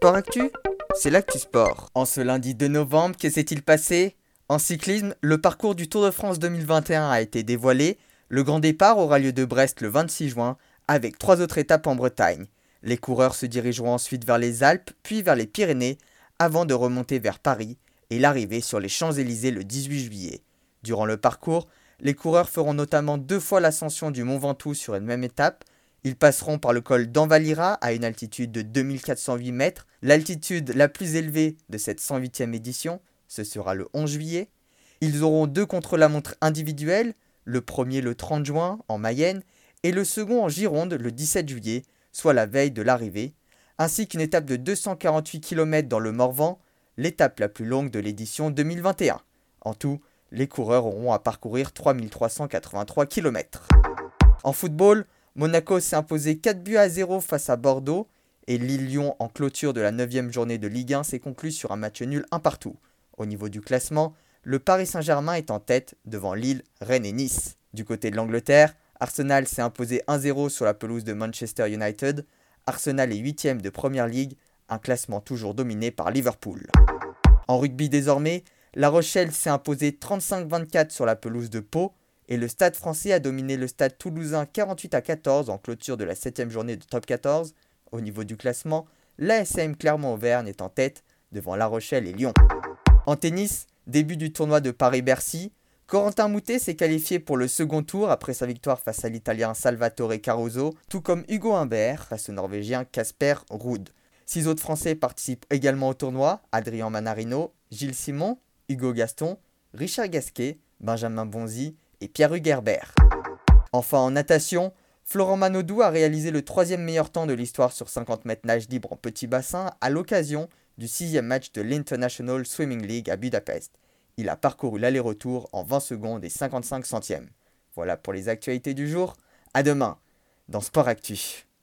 Sport Actu, c'est l'actu sport. En ce lundi 2 novembre, que s'est-il passé? En cyclisme, le parcours du Tour de France 2021 a été dévoilé. Le grand départ aura lieu de Brest le 26 juin, avec 3 autres étapes en Bretagne. Les coureurs se dirigeront ensuite vers les Alpes, puis vers les Pyrénées, avant de remonter vers Paris et l'arrivée sur les Champs-Élysées le 18 juillet. Durant le parcours, les coureurs feront notamment 2 fois l'ascension du Mont Ventoux sur une même étape. Ils passeront par le col d'Envalira à une altitude de 2408 mètres, l'altitude la plus élevée de cette 108e édition, ce sera le 11 juillet. Ils auront 2 contre-la-montre individuels, le premier le 30 juin en Mayenne et le second en Gironde le 17 juillet, soit la veille de l'arrivée, ainsi qu'une étape de 248 km dans le Morvan, l'étape la plus longue de l'édition 2021. En tout, les coureurs auront à parcourir 3383 km. En football, Monaco s'est imposé 4-0 face à Bordeaux et Lille-Lyon en clôture de la 9e journée de Ligue 1 s'est conclu sur un match nul 1-1. Au niveau du classement, le Paris Saint-Germain est en tête devant Lille, Rennes et Nice. Du côté de l'Angleterre, Arsenal s'est imposé 1-0 sur la pelouse de Manchester United. Arsenal est 8e de Premier League, un classement toujours dominé par Liverpool. En rugby désormais, La Rochelle s'est imposé 35-24 sur la pelouse de Pau et le Stade Français a dominé le Stade Toulousain 48-14 en clôture de la 7e journée de Top 14. Au niveau du classement, l'ASM Clermont-Auvergne est en tête devant La Rochelle et Lyon. En tennis, début du tournoi de Paris-Bercy, Corentin Moutet s'est qualifié pour le second tour après sa victoire face à l'Italien Salvatore Caruso, tout comme Hugo Humbert face au Norvégien Casper Ruud. 6 autres Français participent également au tournoi, Adrien Manarino, Gilles Simon, Hugo Gaston, Richard Gasquet, Benjamin Bonzi et Pierre-Hugues Herbert. Enfin en natation, Florent Manodou a réalisé le 3e meilleur temps de l'histoire sur 50 mètres nage libre en petit bassin à l'occasion du 6e match de l'International Swimming League à Budapest. Il a parcouru l'aller-retour en 20 secondes et 55 centièmes. Voilà pour les actualités du jour. À demain dans Sport Actu.